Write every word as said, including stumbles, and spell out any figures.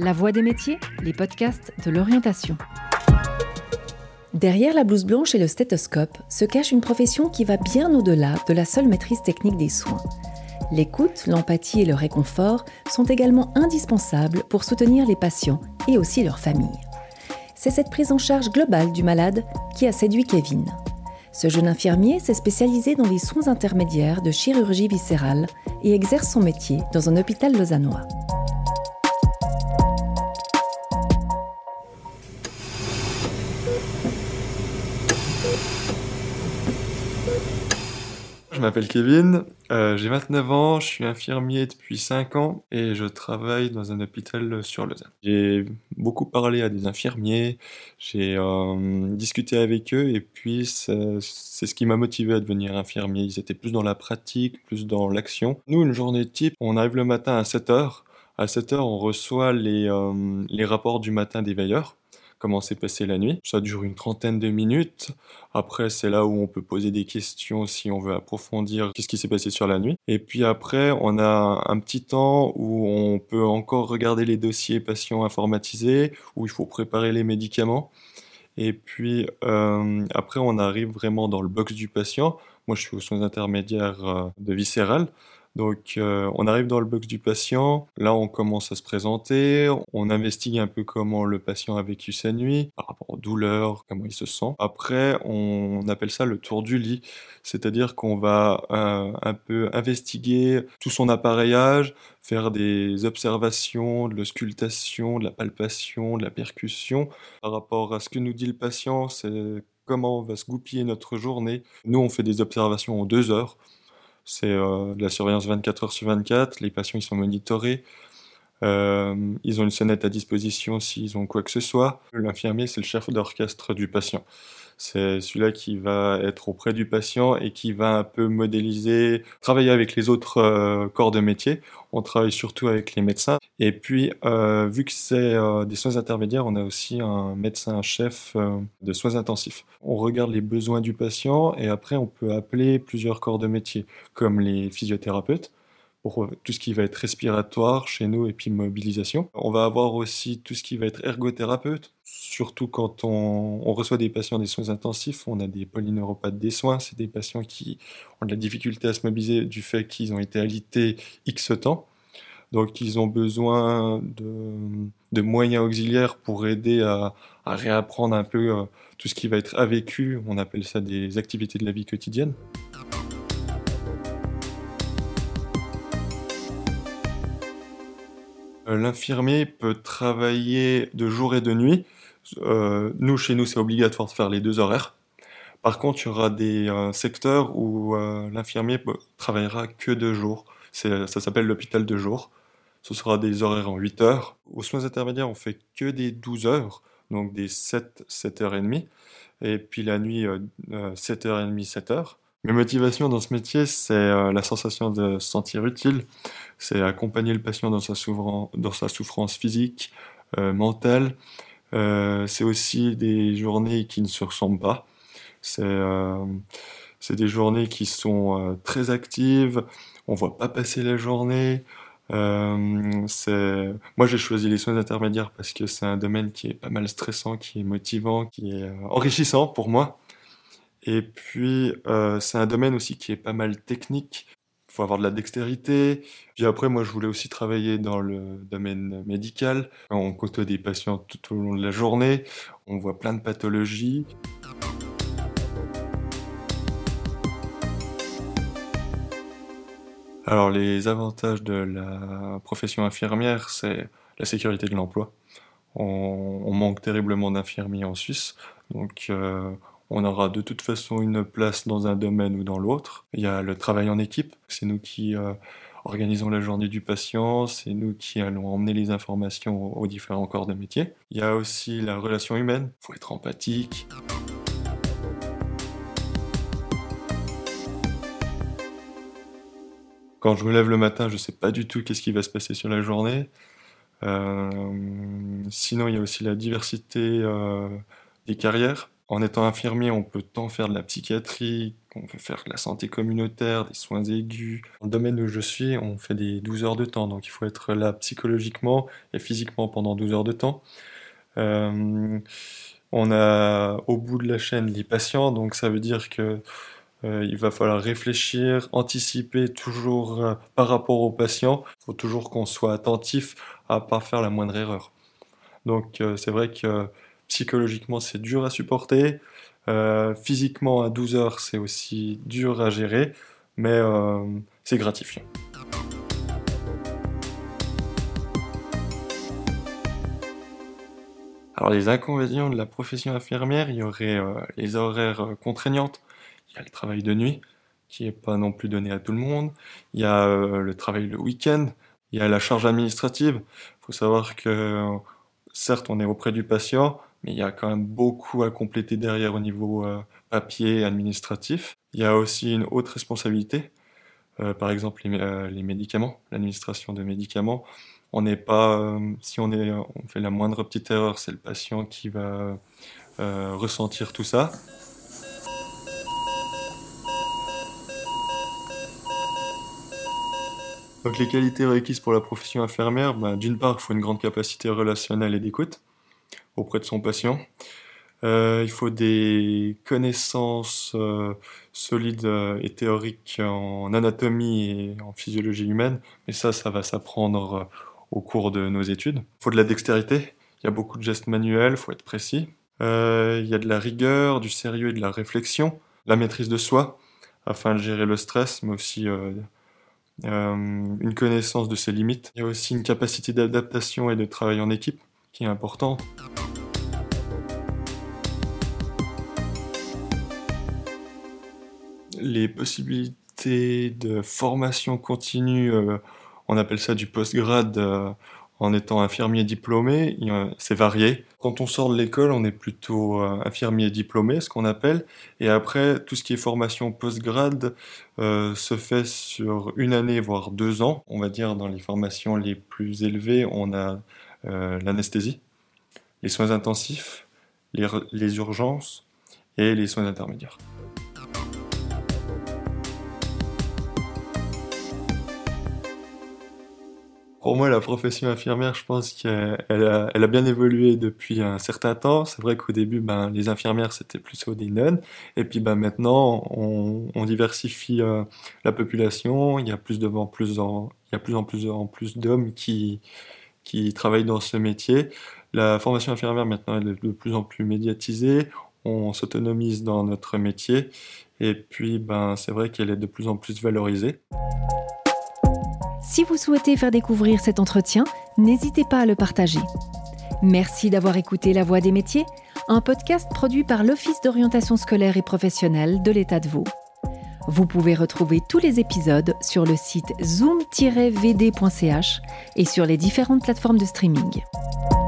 La Voix des métiers, les podcasts de l'orientation. Derrière la blouse blanche et le stéthoscope se cache une profession qui va bien au-delà de la seule maîtrise technique des soins. L'écoute, l'empathie et le réconfort sont également indispensables pour soutenir les patients et aussi leurs familles. C'est cette prise en charge globale du malade qui a séduit Kevin. Ce jeune infirmier s'est spécialisé dans les soins intermédiaires de chirurgie viscérale et exerce son métier dans un hôpital lausannois. Je m'appelle Kevin, euh, j'ai vingt-neuf ans, je suis infirmier depuis cinq ans et je travaille dans un hôpital sur Lausanne. J'ai beaucoup parlé à des infirmiers, j'ai euh, discuté avec eux et puis c'est, c'est ce qui m'a motivé à devenir infirmier. Ils étaient plus dans la pratique, plus dans l'action. Nous, une journée type, on arrive le matin à sept heures. À sept heures, on reçoit les, euh, les rapports du matin des veilleurs. Comment s'est passée la nuit. Ça dure une trentaine de minutes. Après, c'est là où on peut poser des questions si on veut approfondir qu'est-ce qui s'est passé sur la nuit. Et puis après, on a un petit temps où on peut encore regarder les dossiers patients informatisés, où il faut préparer les médicaments. Et puis euh, après, on arrive vraiment dans le box du patient. Moi, je suis aux soins intermédiaires euh, de viscéral. Donc, euh, on arrive dans le box du patient. Là, on commence à se présenter. On investigue un peu comment le patient a vécu sa nuit, par rapport aux douleurs, comment il se sent. Après, on appelle ça le tour du lit. C'est-à-dire qu'on va euh, un peu investiguer tout son appareillage, faire des observations, de l'auscultation, de la palpation, de la percussion. Par rapport à ce que nous dit le patient, c'est comment on va se goupiller notre journée. Nous, on fait des observations en deux heures. C'est euh, de la surveillance vingt-quatre heures sur vingt-quatre, les patients ils sont monitorés, euh, ils ont une sonnette à disposition s'ils ont quoi que ce soit. L'infirmier c'est le chef d'orchestre du patient. C'est celui-là qui va être auprès du patient et qui va un peu modéliser, travailler avec les autres euh, corps de métier. On travaille surtout avec les médecins. Et puis, euh, vu que c'est euh, des soins intermédiaires, on a aussi un médecin-chef euh, de soins intensifs. On regarde les besoins du patient et après, on peut appeler plusieurs corps de métier, comme les physiothérapeutes, pour tout ce qui va être respiratoire chez nous et puis mobilisation. On va avoir aussi tout ce qui va être ergothérapeute, surtout quand on, on reçoit des patients des soins intensifs, on a des polyneuropathes des soins, c'est des patients qui ont de la difficulté à se mobiliser du fait qu'ils ont été alités X temps. Donc ils ont besoin de, de moyens auxiliaires pour aider à, à réapprendre un peu euh, tout ce qui va être à vécu, on appelle ça des activités de la vie quotidienne. L'infirmier peut travailler de jour et de nuit. Euh, nous, chez nous, c'est obligatoire de faire les deux horaires. Par contre, il y aura des euh, secteurs où euh, l'infirmier bah, travaillera que de jour. C'est, ça s'appelle l'hôpital de jour. Ce sera des horaires en huit heures. Aux soins intermédiaires, on fait que des douze heures, donc des sept, sept heures trente. Et puis la nuit, euh, euh, sept heures trente, sept heures. Mes motivations dans ce métier, c'est euh, la sensation de se sentir utile, c'est accompagner le patient dans sa, souffran- dans sa souffrance physique, euh, mentale. Euh, c'est aussi des journées qui ne se ressemblent pas. C'est, euh, c'est des journées qui sont euh, très actives, on voit pas passer la journée. Euh, c'est... Moi, j'ai choisi les soins intermédiaires parce que c'est un domaine qui est pas mal stressant, qui est motivant, qui est euh, enrichissant pour moi. Et puis, euh, c'est un domaine aussi qui est pas mal technique. Il faut avoir de la dextérité. Puis après, moi, je voulais aussi travailler dans le domaine médical. On côtoie des patients tout au long de la journée. On voit plein de pathologies. Alors, les avantages de la profession infirmière, c'est la sécurité de l'emploi. On, on manque terriblement d'infirmiers en Suisse. Donc, euh, on aura de toute façon une place dans un domaine ou dans l'autre. Il y a le travail en équipe. C'est nous qui euh, organisons la journée du patient, c'est nous qui allons emmener les informations aux différents corps de métier. Il y a aussi la relation humaine. Il faut être empathique. Quand je me lève le matin, je ne sais pas du tout qu'est-ce qui va se passer sur la journée. Euh, sinon, il y a aussi la diversité euh, des carrières. En étant infirmier, on peut tant faire de la psychiatrie, on peut faire de la santé communautaire, des soins aigus. Dans le domaine où je suis, on fait des douze heures de temps, donc il faut être là psychologiquement et physiquement pendant douze heures de temps. Euh, on a au bout de la chaîne les patients, donc ça veut dire que euh, il va falloir réfléchir, anticiper toujours euh, par rapport aux patients. Il faut toujours qu'on soit attentif à pas faire la moindre erreur. Donc euh, c'est vrai que psychologiquement c'est dur à supporter, euh, physiquement à douze heures c'est aussi dur à gérer, mais euh, c'est gratifiant. Alors les inconvénients de la profession infirmière, il y aurait euh, les horaires euh, contraignantes, il y a le travail de nuit qui n'est pas non plus donné à tout le monde, il y a euh, le travail le week-end, il y a la charge administrative. Il faut savoir que euh, certes on est auprès du patient, mais il y a quand même beaucoup à compléter derrière au niveau euh, papier, administratif. Il y a aussi une haute responsabilité, euh, par exemple les, euh, les médicaments, l'administration de médicaments. On n'est pas, euh, si on, est, on fait la moindre petite erreur, c'est le patient qui va euh, ressentir tout ça. Donc les qualités requises pour la profession infirmière, bah, d'une part, il faut une grande capacité relationnelle et d'écoute auprès de son patient. Euh, il faut des connaissances euh, solides euh, et théoriques en anatomie et en physiologie humaine, mais ça, ça va s'apprendre euh, au cours de nos études. Il faut de la dextérité, il y a beaucoup de gestes manuels, il faut être précis. Euh, il y a de la rigueur, du sérieux et de la réflexion, la maîtrise de soi, afin de gérer le stress, mais aussi euh, euh, une connaissance de ses limites. Il y a aussi une capacité d'adaptation et de travail en équipe, qui est importante. Les possibilités de formation continue, euh, on appelle ça du post-grade, euh, en étant infirmier diplômé, c'est varié. Quand on sort de l'école, on est plutôt euh, infirmier diplômé, ce qu'on appelle, et après, tout ce qui est formation post-grade euh, se fait sur une année, voire deux ans. On va dire dans les formations les plus élevées, on a euh, l'anesthésie, les soins intensifs, les, les urgences et les soins intermédiaires. Pour moi, la profession infirmière, je pense qu'elle a, elle a bien évolué depuis un certain temps. C'est vrai qu'au début, ben, les infirmières, c'était plutôt des nonnes. Et puis ben, maintenant, on, on diversifie euh, la population. Il y a plus de en plus en, il y a plus en plus en plus d'hommes qui, qui travaillent dans ce métier. La formation infirmière, maintenant, elle est de plus en plus médiatisée. On s'autonomise dans notre métier. Et puis, ben, c'est vrai qu'elle est de plus en plus valorisée. Si vous souhaitez faire découvrir cet entretien, n'hésitez pas à le partager. Merci d'avoir écouté La Voix des métiers, un podcast produit par l'Office d'orientation scolaire et professionnelle de l'État de Vaud. Vous pouvez retrouver tous les épisodes sur le site zoom tiret v d point c h et sur les différentes plateformes de streaming.